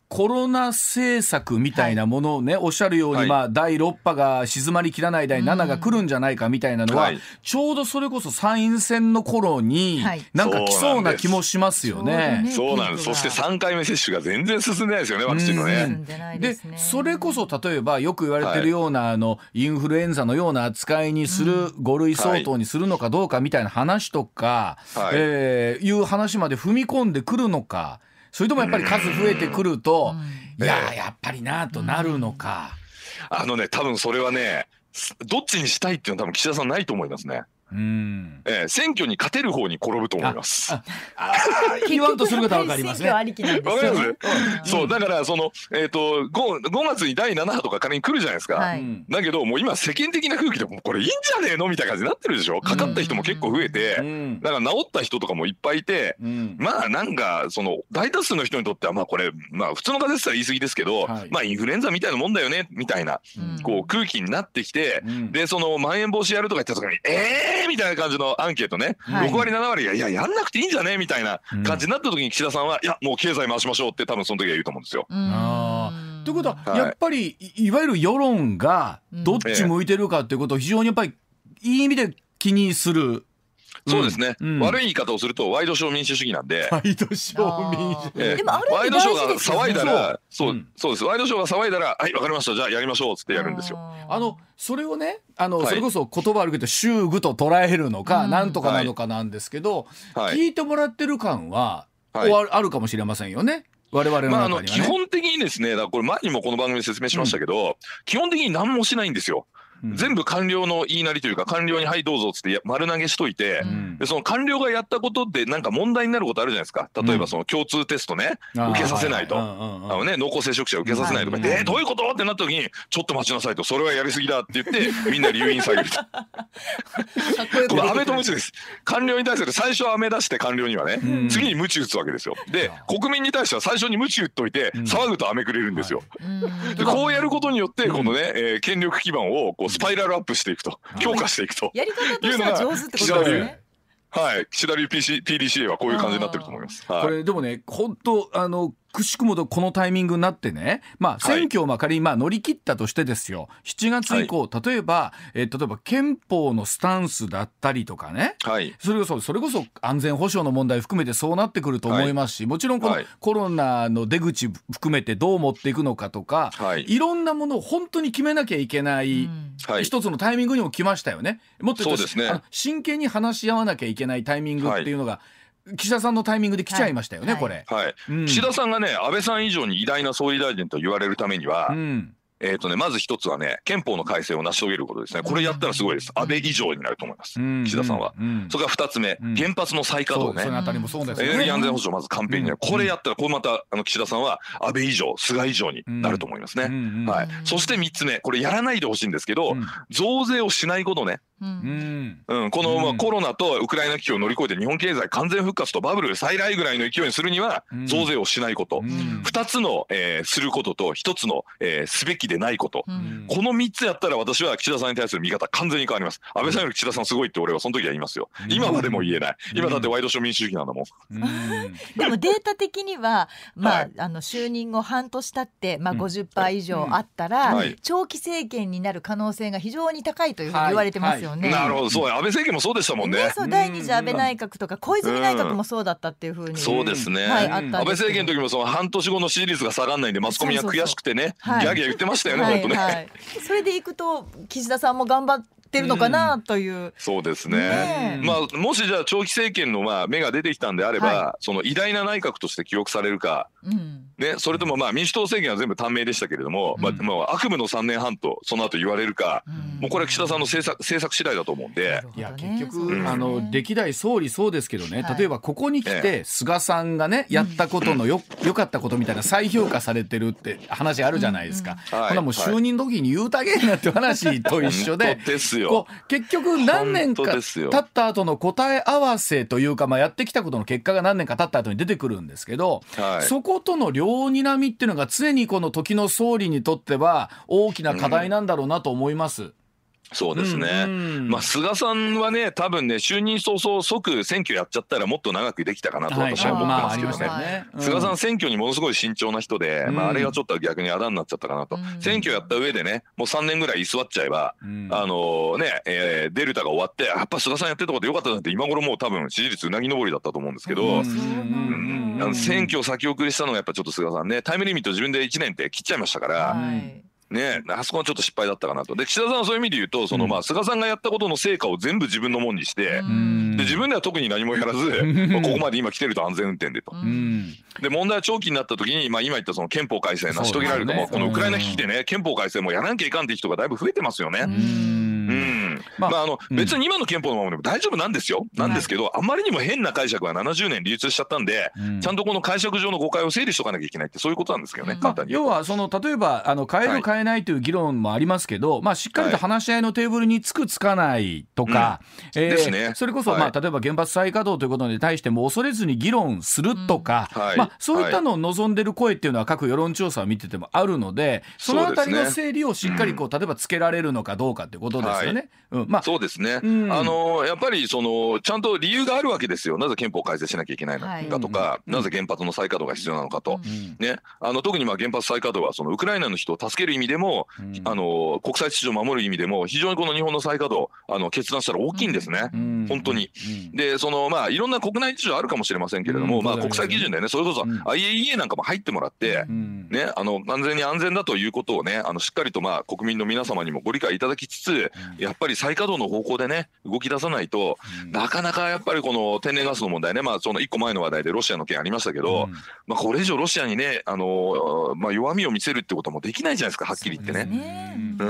コロナ政策みたいなものをね、はい、おっしゃるように、はい、まあ、だいろく波が静まりきらないだいななが来るんじゃないかみたいなのは、うん、ちょうどそれこそ参院選の頃に、はい、なんか来そうな気もしますよね。 そうなんです。そしてさんかいめ接種が全然進んでないですよね、ワクチンのね。 で, でそれこそ例えばよく言われてるような、はい、あのインフルエンザのような扱いにする、うん、ご類相当にするのかどうかみたいな話とか、はい、えー、いう話まで踏み込んでくるのか、それともやっぱり数増えてくると、いややっぱりなとなるのか。 あのね、多分それはね、どっちにしたいっていうのは多分岸田さんないと思いますね。うん、えー、選挙に勝てる方に転ぶと思います。 ああ言わんとすることは分かりますね。 選挙ありきなんですよね。 わかります。そうだからその、えー、と 5, 5月にだいなな波とか仮に来るじゃないですか、はい、だけどもう今世間的な空気でもこれいいんじゃねえのみたいな感じになってるでしょ。かかった人も結構増えて、うん、だから治った人とかもいっぱいいて、うん、まあなんかその大多数の人にとってはまあこれ、まあ、普通の風邪って言い過ぎですけど、はい、まあインフルエンザみたいなもんだよねみたいな、うん、こう空気になってきて、うん、でそのまん延防止やるとか言った時にえーみたいな感じのアンケートね、はい、ろくわりななわりがいややんなくていいんじゃねみたいな感じになった時に岸田さんはいやもう経済回しましょうって多分その時は言うと思うんですよ。 あということは、はい、やっぱりいわゆる世論がどっち向いてるかということを非常にやっぱりいい意味で気にする。 そうですね、うん、悪い言い方をするとワイドショー民主主義なんで、 ワイドショー民主主義、 えー、でもあるワイドショーが騒いだらそう、うん、そうですワイドショーが騒いだらはいわかりましたじゃあやりましょうっつってやるんですよ。 あのそれをねあの、はい、それこそ言葉悪く言うと習具と捉えるのか、うん、なんとかなのかなんですけど、はい、聞いてもらってる感は、はい、あるかもしれませんよね。我々の中にはね、まあ、あの基本的にですねだからこれ前にもこの番組で説明しましたけど、うん、基本的に何もしないんですよ。うん、全部官僚の言いなりというか官僚にはいどうぞっつって丸投げしといて、うん、でその官僚がやったことでなんか問題になることあるじゃないですか。例えばその共通テストね、うん、受けさせないと、あのね濃厚接触者受けさせないとか、で、えー、どういうことってなった時にちょっと待ちなさいとそれはやりすぎだって言ってみんな留飲下げるとこれアメとムチです。官僚に対する最初はアメ出して官僚にはね、うん、次にムチ打つわけですよ。で国民に対しては最初にムチ打っといて、うん、騒ぐとアメくれるんですよ、はい、でこうやることによってこのね、うんえー、権力基盤をこうスパイラルアップしていくと、強化していくとやり方としては上手ってことですね。 はい、岸田流 ピーディーシーエー はこういう感じになってると思います。はい、 これでもね本当あのくしくもとこのタイミングになってね、まあ、選挙をまあ仮にまあ乗り切ったとしてですよ、しちがつ以降、はい、例えば、えー、例えば憲法のスタンスだったりとかね、はい、それこそそれこそ安全保障の問題含めてそうなってくると思いますし、はい、もちろんこのコロナの出口含めてどう持っていくのかとか、はい、いろんなものを本当に決めなきゃいけない、うん、一つのタイミングにも来ましたよね。もっと言うと、そうですね、あの真剣に話し合わなきゃいけないタイミングっていうのが、はい岸田さんのタイミングで来ちゃいましたよね、はい、これ、 はいうん、岸田さんがね安倍さん以上に偉大な総理大臣と言われるためには、うんえーとね、まず一つはね憲法の改正を成し遂げることですね。これやったらすごいです。安倍以上になると思います、うん、岸田さんは、うん、それから二つ目、うん、原発の再稼働ね、 そのあたりもそうですね、 エネルギー安全保障まず完璧になる、うん、これやったらこれまたあの岸田さんは安倍以上菅以上になると思いますね、うんはい、そして三つ目これやらないでほしいんですけど、うん、増税をしないことね。うんうん、この、まあ、コロナとウクライナ危機を乗り越えて日本経済完全復活とバブル再来ぐらいの勢いにするには増税をしないこと、うん、ふたつの、えー、することとひとつの、えー、すべきでないこと、うん、このみっつやったら私は岸田さんに対する見方完全に変わります。安倍さんより岸田さんすごいって俺はその時は言いますよ、うん、今までも言えない、うん、今だってワイドショー民主主義なんだもん、うん、 でもデータ的には、まあはい、あの就任後半年経って、まあ、ごじゅっパーセント 以上あったら、うんはい、長期政権になる可能性が非常に高いというふうに言われてますよね、 はいはい、なるほどそう安倍政権もそうでしたもんね。 ねそう第二次安倍内閣とか小泉内閣もそうだったっていうふうに、うん、 そうですね、はい、あったんですけど安倍政権の時もその半年後の支持率が下がらないんでマスコミは悔しくてねギャーギャー言ってましたよね、はい、本当ね、はいはい、 それでいくと岸田さんも頑張ってるのかなという、うん、 そうですね、ねまあ、もしじゃあ長期政権のまあ芽が出てきたんであれば、はい、その偉大な内閣として記憶されるか、うんね、それともまあ民主党政権は全部短命でしたけれども、うんまあ、まあ悪夢のさんねんはんとその後言われるか、うん、もうこれは岸田さんの政策、政策次第だと思うんで、 いや結局、うん、あの歴代総理そうですけどね、例えばここに来て菅さんがねやったことのよ、よかったことみたいな再評価されてるって話あるじゃないですか、うんうん、ほなもう就任の時に言うたげんなって話と一緒で、 本当ですよ。 こう結局何年か経った後の答え合わせというか、まあ、やってきたことの結果が何年か経った後に出てくるんですけど、はい、そことの両睨みっていうのが常にこの時の総理にとっては大きな課題なんだろうなと思います、うんそうですね、まあ、菅さんはね多分ね就任早々即選挙やっちゃったらもっと長くできたかなと私は思ってますけどね、はいねうん、菅さん選挙にものすごい慎重な人で、うんまあ、あれがちょっと逆にあだになっちゃったかなと、うん、選挙やった上でねもうさんねんぐらい居座っちゃえば、うん、あのね、えー、デルタが終わってやっぱ菅さんやってるとこでよかったなって今頃もう多分支持率うなぎ登りだったと思うんですけど、うんうんうん、選挙を先送りしたのがやっぱちょっと菅さんねタイムリミット自分でいちねんって切っちゃいましたから、はいね、あそこはちょっと失敗だったかなと。で岸田さんはそういう意味で言うとその、まあ、菅さんがやったことの成果を全部自分のもんにして、うん、で自分では特に何もやらず、まあ、ここまで今来てると安全運転でと、うん、で問題は長期になった時に、まあ、今言ったその憲法改正成し遂げられると、ね、このウクライナ危機でね憲法改正もやらなきゃいかんって人がだいぶ増えてますよね。うんうんまああの別に今の憲法のままでも大丈夫なんですよ、うん、なんですけど、はい、あまりにも変な解釈がななじゅうねん流通しちゃったんで、うん、ちゃんとこの解釈上の誤解を整理しとかなきゃいけないってそういうことなんですけどね、うん、簡単に要はその例えばあの変える変えないという議論もありますけど、はいまあ、しっかりと話し合いのテーブルにつくつかないとか、はいえーですね、それこそ、まあ、例えば原発再稼働ということに対しても恐れずに議論するとか、うんはいまあ、そういったのを望んでる声っていうのは各世論調査を見ててもあるのでそのあたりの整理をしっかりこう、うん、例えばつけられるのかどうかっていうことですよね、はいうんまあ、 そうですね、うん、あのやっぱりそのちゃんと理由があるわけですよ。なぜ憲法改正しなきゃいけないのかとか、はい、なぜ原発の再稼働が必要なのかと、うんね、あの特にまあ原発再稼働はそのウクライナの人を助ける意味でも、うん、あの国際秩序を守る意味でも非常にこの日本の再稼働あの決断したら大きいんですね、うん、本当に、うん、でそのまあいろんな国内秩序あるかもしれませんけれども、うんまあ、国際基準でねそれこそ アイエーイーエー なんかも入ってもらって、うんね、あの完全に安全だということをねあのしっかりとまあ国民の皆様にもご理解いただきつつ、うん、やっぱり再稼働の方向でね動き出さないと、うん、なかなかやっぱりこの天然ガスの問題ね、まあ、そのいっこまえの話題でロシアの件ありましたけど、うんまあ、これ以上ロシアにね、あのまあ、弱みを見せるってこともできないじゃないですかはっきり言ってね。うん、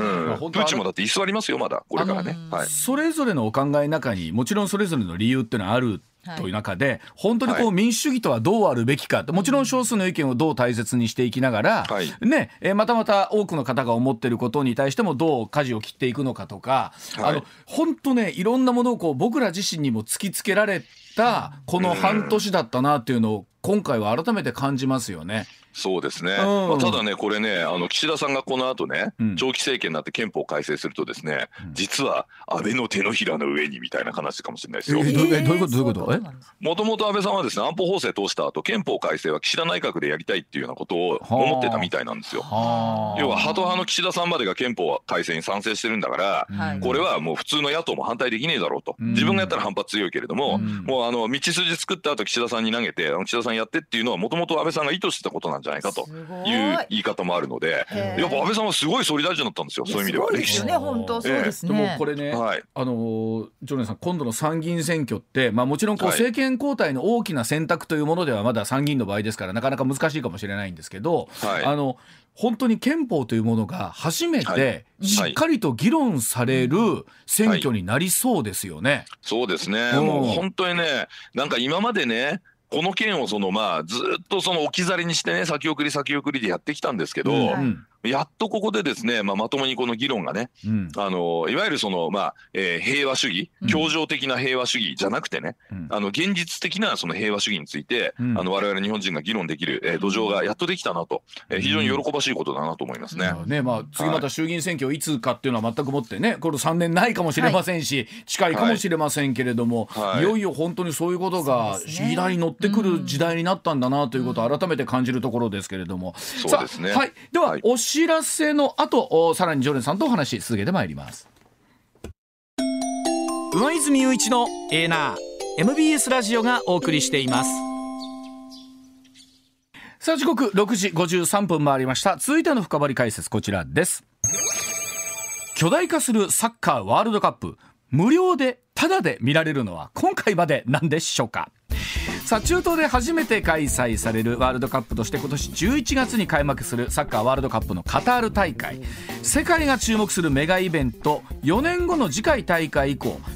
プーチンもだって居座りますよまだこれからね、はい、 それぞれのお考えの中にもちろんそれぞれの理由っていうのはあるという中で本当にこう民主主義とはどうあるべきか、はい、もちろん少数の意見をどう大切にしていきながら、はいねえー、またまた多くの方が思っていることに対してもどう舵を切っていくのかとか、はい、あの本当ねいろんなものをこう僕ら自身にも突きつけられたこの半年だったなっていうのを今回は改めて感じますよね。 そうですね、うんまあ、ただねこれねあの岸田さんがこの後ね、うん、長期政権になって憲法改正するとですね、うん、実は安倍の手のひらの上にみたいな話かもしれないですよ。 えー、どういうことどういうこともともと安倍さんはですね安保法制通した後憲法改正は岸田内閣でやりたいっていうようなことを思ってたみたいなんですよ。要はハト派の岸田さんまでが憲法改正に賛成してるんだから、はい、これはもう普通の野党も反対できねえだろうと、うん、自分がやったら反発強いけれども、うん、もうあの道筋作った後岸田さんに投げて岸田さんやってっていうのはもともと安倍さんが意図してたことなんじゃないかという言い方もあるのでやっぱ安倍さんはすごい総理大臣だったんですよ。そういう意味では歴史ね本当そうですね、 えー、でもこれね、はい、あのジョネさん今度の参議院選挙って、まあ、もちろんこう政権交代の大きな選択というものではまだ参議院の場合ですからなかなか難しいかもしれないんですけど、はい、あの本当に憲法というものが初めてしっかりと議論される選挙になりそうですよね、 はいはい、そうですね、うん、もう本当にねなんか今までねこの件をそのまあずっとその置き去りにしてね先送り先送りでやってきたんですけど、うんやっとここでですね、まあ、まともにこの議論がね、うん、あのいわゆるその、まあえー、平和主義協情的な平和主義じゃなくてね、うん、あの現実的なその平和主義について、うん、あの我々日本人が議論できる、えー、土壌がやっとできたなと、えー、非常に喜ばしいことだなと思いますね。 うんねまあ、次また衆議院選挙いつかっていうのは全くもってねこれさんねんないかもしれませんし、はい、近いかもしれませんけれども、はい、いよいよ本当にそういうことが議題に乗ってくる時代になったんだなということを改めて感じるところですけれども、うん、そうですね、はい、では、はい、お知らせのあとさらにジョネさんとお話し続けてまいります。 上泉雄一のエーナー エムビーエス ラジオがお送りしています。 さあ時刻ろくじごじゅうさんぷん回りました。続いての深掘り解説こちらです。巨大化するサッカーワールドカップ無料でタダで見られるのは今回までなんでしょうか。さあ中東で初めて開催されるワールドカップとして今年じゅういちがつに開幕するサッカーワールドカップのカタール大会世界が注目するメガイベントよねんごの次回大会以降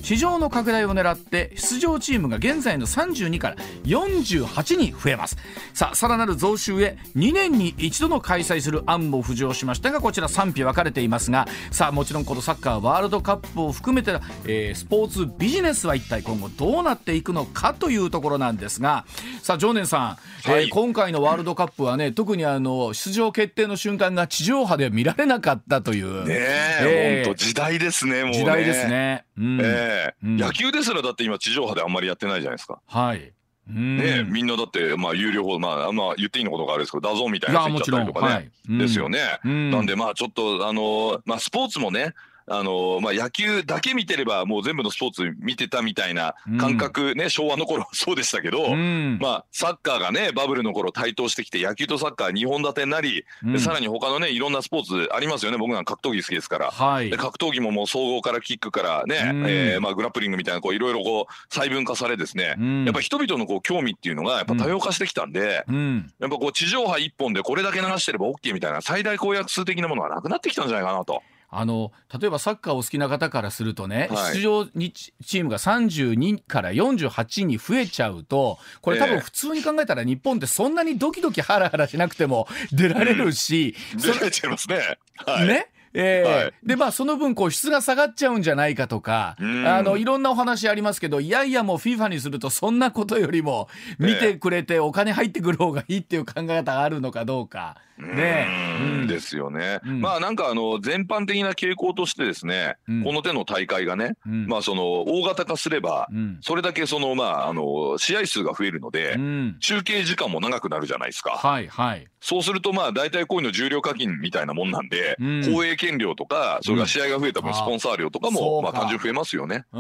市場の拡大を狙って出場チームが現在のさんじゅうにからよんじゅうはちに増えます。さあさらなる増収へにねんに一度の開催する案も浮上しましたが、こちら賛否分かれていますが、さあもちろんこのサッカーワールドカップを含めて、えー、スポーツビジネスは一体今後どうなっていくのかというところなんですが、さあ常念さん、はい、えー、今回のワールドカップはね、特にあの出場決定の瞬間が地上波で見られなかったというねえ、えー、本当時代ですね。もうね、 時代ですね、うん、 えーうん、野球ですらだって今地上波であんまりやってないじゃないですか。 はい、うん、 ね、みんなだってまあ有料放送、まあ、まあ言っていいのことがあるんですけどダゾーンみたいなやつ行っちゃったりとかね、はい、うん、ですよね、うん、なんでまあちょっとあのー、まあスポーツもね、あのーまあ、野球だけ見てればもう全部のスポーツ見てたみたいな感覚ね、うん、昭和の頃はそうでしたけど、うん、まあサッカーがねバブルの頃台頭してきて野球とサッカーにほん立てになり、うん、でさらに他のねいろんなスポーツありますよね。僕なんか格闘技好きですから、はい、で格闘技ももう総合からキックからね、うん、えー、まあグラップリングみたいなこういろいろこう細分化されですね、うん、やっぱ人々のこう興味っていうのがやっぱ多様化してきたんで、うん、やっぱこう地上波一本でこれだけ流してれば OK みたいな最大公約数的なものがなくなってきたんじゃないかなと。 あの例えばサッカーを好きな方からするとね、はい、出場にチームがさんじゅうにからよんじゅうはちに増えちゃうと、これ多分普通に考えたら日本ってそんなにドキドキハラハラしなくても出られるし、 うん、出られちゃいますね。はい、 ね、えーはい、でまあその分こう質が下がっちゃうんじゃないかとか、あのいろんなお話ありますけど、いやいやもう FIFA にするとそんなことよりも見てくれてお金入ってくる方がいいっていう考え方があるのかどうかね、 うん、ですよね、うん、まあなんかあの全般的な傾向としてですね、うん、この手の大会がね、うん、まあその大型化すれば、うん、それだけそのまああの試合数が増えるので、うん、中継時間も長くなるじゃないですか。はいはい。そうするとまあ大体こういうの重量課金みたいなもんなんで、うん、放映権料とかそれから試合が増えた分スポンサー料とかも、うん、まあ単純増えますよね。うん。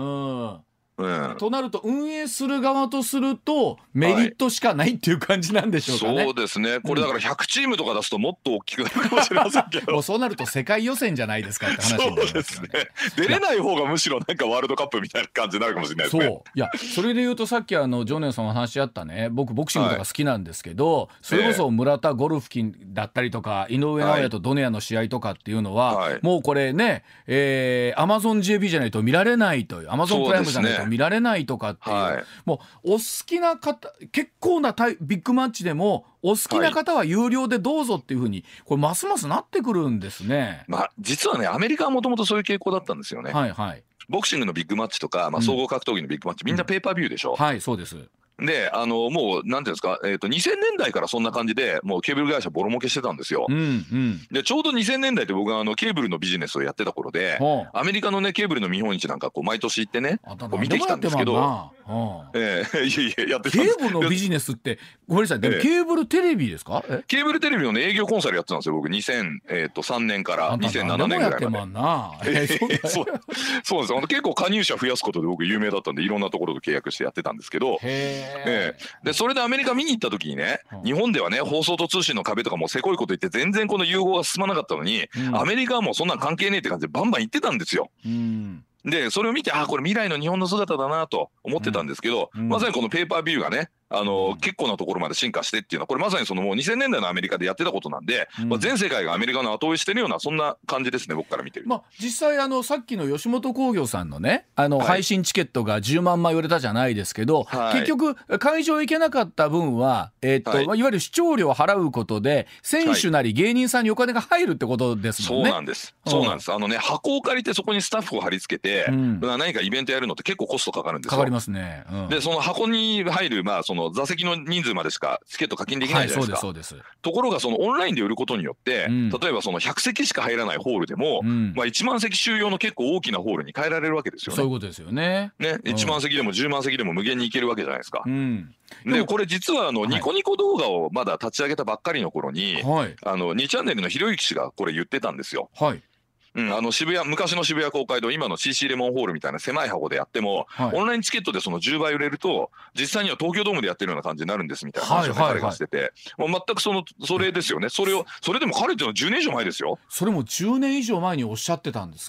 うん、となると運営する側とするとメリットしかないっていう感じなんでしょうかね。 はい、そうですね。これだからひゃくチームとか出すともっと大きくなるかもしれませんけどもうそうなると世界予選じゃないですかって話になりますよね。 そうですね。出れない方がむしろなんかワールドカップみたいな感じになるかもしれないですね。 そういやそれで言うとさっきあのジョネンさんの話あったね、僕ボクシングとか好きなんですけど、はい、それこそ村田ゴルフキンだったりとか、井上尚弥とドネアの試合とかっていうのは、はい、もうこれね、えー、アマゾン ジェービー じゃないと見られないという、アマゾンプライムじゃないと見られないとかっていう、はい、もうお好きな方、結構なビッグマッチでもお好きな方は有料でどうぞっていう風にこれますますなってくるんですね。 まあ実はねアメリカはもともとそういう傾向だったんですよね。はいはい。ボクシングのビッグマッチとか、まあ、総合格闘技のビッグマッチ、うん、みんなペーパービューでしょ。 はいそうです。 であのもうなんていうんですか、えー、とにせんねんだいからそんな感じでもうケーブル会社ボロ儲けしてたんですよ。うんうん、でちょうどにせんねんだいって僕があのケーブルのビジネスをやってた頃で、アメリカのねケーブルの見本市なんかこう毎年行ってねこう見てきたんですけど、えー、いやいややってたんです。 ケーブルのビジネスってごめんなさい、でもケーブルテレビですか？ えケーブルテレビの、ね、営業コンサルやってたんですよ僕にせんさんねんからにせんななねんぐらいまで。そうそうですよ。結構加入者増やすことで僕有名だったんでいろんなところと契約してやってたんですけど、えー、でそれでアメリカ見に行った時にね、うん、日本ではね放送と通信の壁とかもせこいこと言って全然この融合が進まなかったのに、うん、アメリカはもうそんなん関係ねえって感じでバンバン言ってたんですよ。うんでそれを見てあこれ未来の日本の姿だなと思ってたんですけど、うんうん、まさにこのペーパービューがねあの、うん、結構なところまで進化してっていうのはこれまさにそのもうにせんねんだいのアメリカでやってたことなんで、うんまあ、全世界がアメリカの後追いしてるようなそんな感じですね僕から見てる。 まあ、実際あのさっきの吉本興業さんのねあの、はい、配信チケットがじゅうまんまい売れたじゃないですけど、はい、結局会場行けなかった分は、えーっとはいまあ、いわゆる視聴料を払うことで選手なり芸人さんにお金が入るってことですもんね。 そうなんです、うん、そうなんですあのね箱を借りてそこにスタッフを貼り付けて、うん、何かイベントやるのって結構コストかかるんですよ。 かかりますね、うん、 でその箱に入る、まあ、その座席の人数までしかチケット課金できないじゃないですか、はい、そうですそうです。ところがそのオンラインで売ることによって、うん、例えばそのひゃくせきしか入らないホールでも、うんまあ、いちまんせき収容の結構大きなホールに変えられるわけですよね。 そういうことですよね。 ね、うん、いちまんせきでもじゅうまんせきでも無限にいけるわけじゃないですか、うん、でこれ実はあのニコニコ動画をまだ立ち上げたばっかりの頃に、はい、あのにチャンネルのひろゆき氏がこれ言ってたんですよ。はいうん、あの渋谷昔の渋谷公会堂今の シーシー レモンホールみたいな狭い箱でやっても、はい、オンラインチケットでそのじゅうばい売れると実際には東京ドームでやってるような感じになるんですみたいな話を、ねはいはいはい、彼がしてて、もう全くそのそれですよね。それをそれでも彼っていうのはじゅうねん以上前ですよ。 それもじゅうねん以上前におっしゃってたんですか。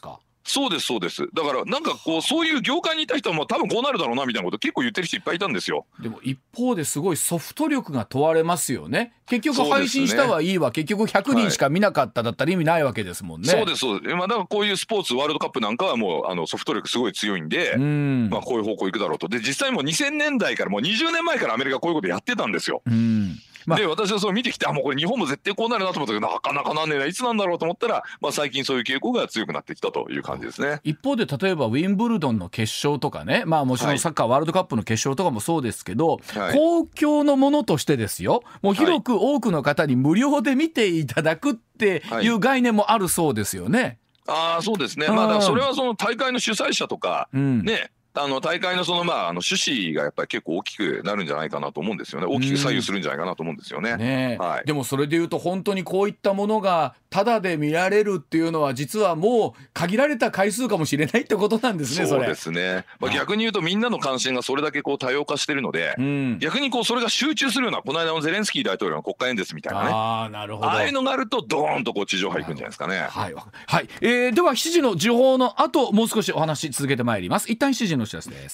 そうですそうです。だからなんかこうそういう業界にいた人はもう多分こうなるだろうなみたいなこと結構言ってる人いっぱいいたんですよ。 でも一方ですごいソフト力が問われますよね。結局配信したはいいわ、ね、結局ひゃくにんしか見なかっただったら意味ないわけですもんね。 そうですそうです。まあ、だからこういうスポーツワールドカップなんかはもうあのソフト力すごい強いんで、うんまあ、こういう方向行くだろうと。で実際もうにせんねんだいからもうにじゅうねんまえからアメリカこういうことやってたんですよ。うんまあ、で私はそれを見てきてあもうこれ日本も絶対こうなるなと思ったけどなかなかなんねえないつなんだろうと思ったら、まあ、最近そういう傾向が強くなってきたという感じですね。 一方で例えばウィンブルドンの決勝とかね、まあ、もちろんサッカーワールドカップの決勝とかもそうですけど、はい、公共のものとしてですよもう広く多くの方に無料で見ていただくっていう概念もあるそうですよね。 はい、あそうですね。まあ、だからそれはその大会の主催者とか、うん、ねあの大会のそのまああの趣旨がやっぱり結構大きくなるんじゃないかなと思うんですよね。大きく左右するんじゃないかなと思うんですよね。 ねはい、 でもそれでいうと本当にこういったものがタダで見られるっていうのは実はもう限られた回数かもしれないってことなんですね。 そうですね。まあ、逆に言うとみんなの関心がそれだけこう多様化してるので、うん、逆にこうそれが集中するようなこの間のゼレンスキー大統領の国会演説みたいなね、 あーなるほど、 ああいうのがあるとドーンとこう地上波行くんじゃないですかね。 はい、はい、えー、ではしちじの時報の後もう少しお話続けてまいります。一旦しちじのお知らせです。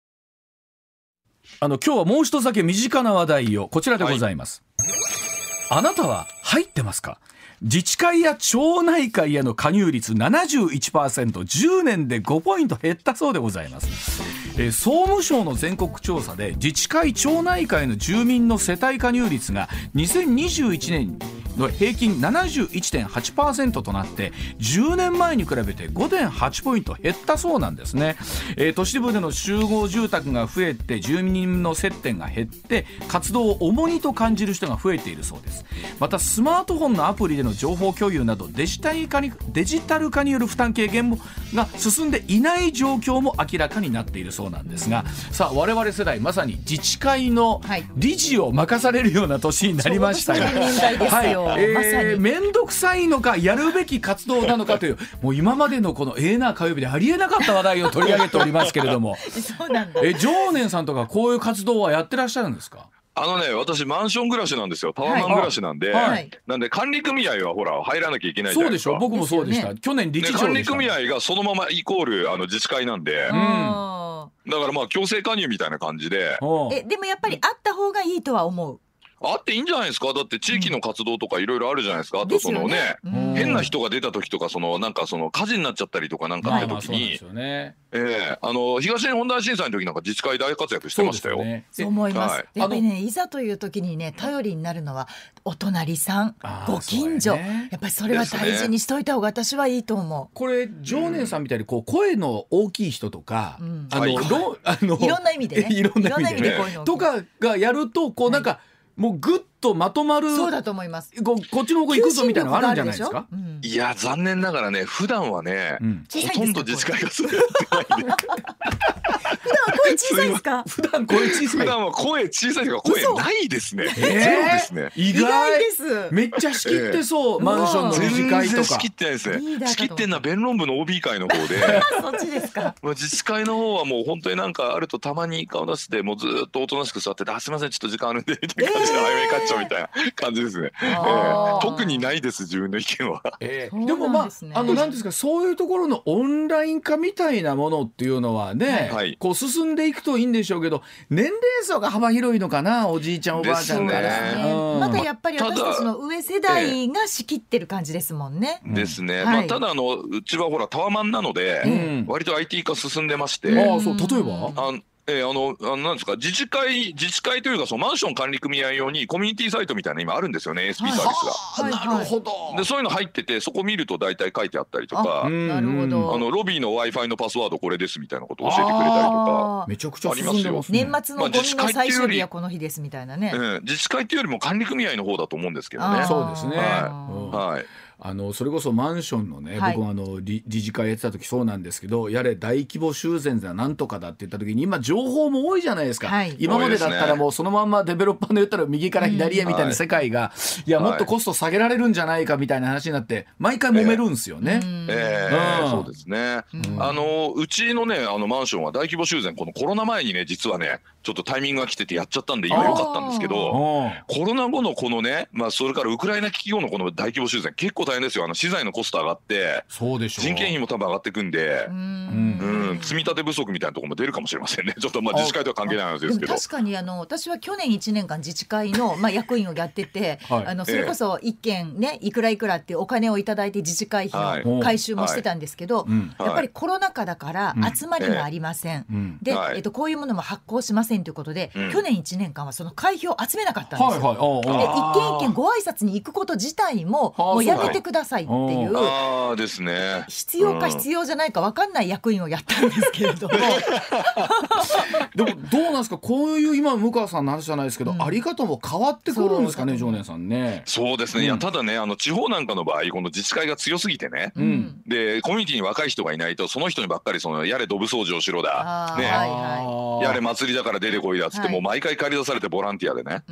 あの今日はもう一つだけ身近な話題をこちらでございます、はい、あなたは入ってますか？自治会や町内会への加入率 ななじゅういちパーセント、じゅうねんでごポイント減ったそうでございます。えー、総務省の全国調査で自治会町内会の住民の世帯加入率がにせんにじゅういちねんの平均 ななじゅういってんはちパーセント となってじゅうねんまえに比べて ごてんはちポイント減ったそうなんですね。えー、都市部での集合住宅が増えて住民の接点が減って活動を重荷と感じる人が増えているそうです。またスマートフォンのアプリでの情報共有などデジタル化に、デジタル化による負担軽減が進んでいない状況も明らかになっているそうなんですが、さあ我々世代まさに自治会の理事を任されるような年になりましたが、はいえー、めんどくさいのかやるべき活動なのかというもう今までのこのエーナー火曜日でありえなかった話題を取り上げておりますけれどもそうなんだ。 え常念さんとかこういう活動はやってらっしゃるんですか？ あのね私マンション暮らしなんですよ。タワマン暮らしなんで、はい、なんで管理組合はほら入らなきゃいけないじゃないですか。 そうでしょ。僕もそうでした、ね、去年理事長でした、 ね、管理組合がそのままイコールあの自治会なんで、うん、だからまあ強制加入みたいな感じで。 えでもやっぱりあった方がいいとは思う。 あっていいんじゃないですか。だって地域の活動とかいろいろあるじゃないですか。あとそのね、変な人が出た時とかそのなんかその火事になっちゃったりとかなんかって時に、ええあの東日本大震災の時なんか自治会大活躍してましたよ。 そう思います。やっぱりねいざという時にね頼りになるのはお隣さん、ご近所、やっぱりそれは大事にしといた方が私はいいと思う。 これ常念さんみたいにこう声の大きい人とか、あのいろんな意味でね、 いろんな意味でとかがやるとこうなんかもうぐっとまとまる。 そうだと思います。 こ, こっちの方向行くぞみたいなのあるんじゃないですか。 うん、 いや残念ながらね普段はね、うん、ほとんど自治会がそれやってないんで普段は声小さいですか？ 普段声小さい。 普段は声小さいとか声ないですね。ゼロですね。 意外です。めっちゃ仕切ってそう、えー、マンションの自治会とか。全然仕切ってないですね。仕切ってんのは弁論部の オービー 会の方でそっちですか。 自治会の方はもう本当になんかあるとたまに顔出してもうずっとおとなしく座ってて、あすみませんちょっと時間あるんでみたいな感じで早めに帰っちゃうみたいな感じですね。えー、特にないです自分の意見は。 えー、でもまああのなんですかそういうところのオンライン化みたいなものっていうのはね、はい、こう進んでいくといいんでしょうけど年齢層が幅広いのかなおじいちゃんおばあちゃんから、 ねうん、またやっぱり私たちの上世代が仕切ってる感じですもんね。 えー、ですね、うんまあ、ただあのうちはほらタワマンなので、うん、割と アイティー 化進んでまして、 あそう例えばあえー、あのあのなんですか自治会自治会というかそのマンション管理組合用にコミュニティサイトみたいな今あるんですよね エーエスピー サービスが。 なるほど。 でそういうの入っててそこ見ると大体書いてあったりとか、 あなるほどあのロビーの Wi-Fi のパスワードこれですみたいなことを教えてくれたりとかめちゃくちゃ進んでますね。年末のゴミの最終日はこの日ですみたいなね、 まあ、自, 自治会っていうよりも管理組合の方だと思うんですけどね。 そうですね、 はい、はいあのそれこそマンションのね、はい、僕もあの 理, 理事会やってた時そうなんですけどやれ大規模修繕だなんとかだって言った時に今情報も多いじゃないですか、はい、今までだったらもうそのまんまデベロッパーの言ったら右から左へみたいな世界が、うん、いやもっとコスト下げられるんじゃないかみたいな話になって毎回揉めるんですよね。 えーえー、そうですね、うん、あのうちのねあのマンションは大規模修繕このコロナ前にね実はねちょっとタイミングが来ててやっちゃったんで今良かったんですけどコロナ後のこのね、まあ、それからウクライナ危機後のこの大規模修繕結構大変ですよ。あの資材のコスト上がって、 そうでしょう、 人件費も多分上がってくんで、うん、うん、積み立て不足みたいなところも出るかもしれませんね。ちょっとまあ自治会とは関係ない話ですけど。 確かにあの私は去年いちねんかん自治会の、まあ、役員をやってて、はい、あのそれこそ一件ね、いくらいくらっていうお金をいただいて自治会費の回収もしてたんですけど、はいはい、やっぱりコロナ禍だから集まりがありません、うん、で、はい、えっと、こういうものも発行しませんということで、うん、去年いちねんかんはその会費を集めなかったんですよ、はいはい、で一件一件ご挨拶に行くこと自体ももうやめてくださいっていう、 あですね、 必要か必要じゃないか分かんない役員をやったんですけれどもでもどうなんですか、こういう今向川さんの話じゃないですけど、うん、あり方も変わってくるんですかね、常念さんね。 そうですね、うん、いやただね、あの地方なんかの場合この自治会が強すぎてね、うん、でコミュニティに若い人がいないとその人にばっかりそのやれドブ掃除をしろだ、ね、はいはい、やれ祭りだから出てこいだっつって、はい、もう毎回借り出されてボランティアでね、うん、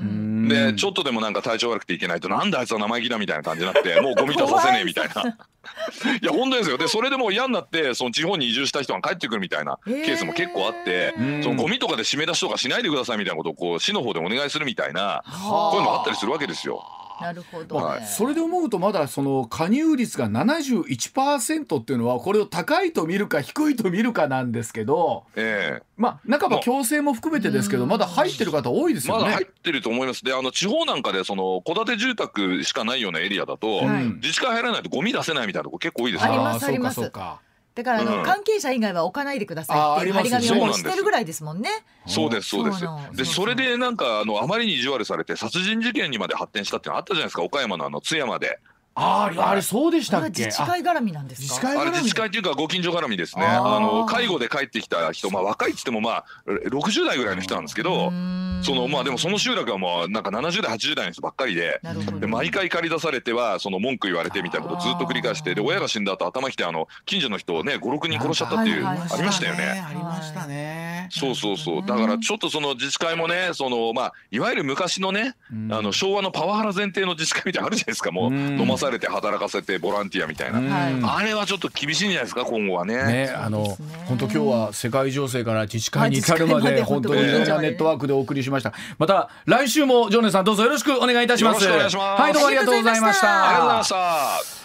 でちょっとでもなんか体調悪くていけないと、なんであいつは生意気だみたいな感じになってもうゴミ出させねえみたいないや本当ですよ。でそれでもう嫌になってその地方に移住した人が帰ってくるみたいなケースも結構あって、そのゴミとかで締め出しとかしないでくださいみたいなことをこう市の方でお願いするみたいな、こういうのもあったりするわけですよ。 なるほど、ね、 まあ、それで思うとまだその加入率が ななじゅういちパーセント っていうのはこれを高いと見るか低いと見るかなんですけど、えー、まあ半ば強制も含めてですけどまだ入ってる方多いですよね。 まだ入ってると思います。であの地方なんかでその戸建て住宅しかないようなエリアだと、はい、自治会入らないとゴミ出せないみたいなとこ結構多いですよ。 ありますあります。だからあの、うん、関係者以外は置かないでくださいっていう張り紙をもうしてるぐらいですもんね。 そうですそうです。でそれでなんかあのあまりに意地悪されて殺人事件にまで発展したっていうのあったじゃないですか、岡山のあの津山で。 ああ、あれそうでしたっけ。 自治会絡みなんですか。 あれ自治会っていうかご近所絡みですね。あの介護で帰ってきた人、まあ若いっつってもまあろくじゅうだいぐらいの人なんですけど、そのまあでもその集落はもうなんかななじゅうだいはちじゅうだいの人ばっかりで、で毎回借り出されてはその文句言われてみたいなことをずっと繰り返して、で親が死んだ後頭きてあの近所の人をねごろくにん殺しちゃったっていうありましたよね。 ありましたね。 そうそうそう。だからちょっとその自治会もね、そのまあいわゆる昔のね、あの昭和のパワハラ前提の自治会みたいなのあるじゃないですか。もう飲まされて働かせてボランティアみたいな、あれはちょっと厳しいんじゃないですか今後はね。 ね、あの本当今日は世界情勢から自治会に至るまで本当にいろんなネットワークでお送りしました。また来週も常念さんどうぞよろしくお願いいたします。 よろしくお願いします。 はい、どうもありがとうございました。 ありがとうございました。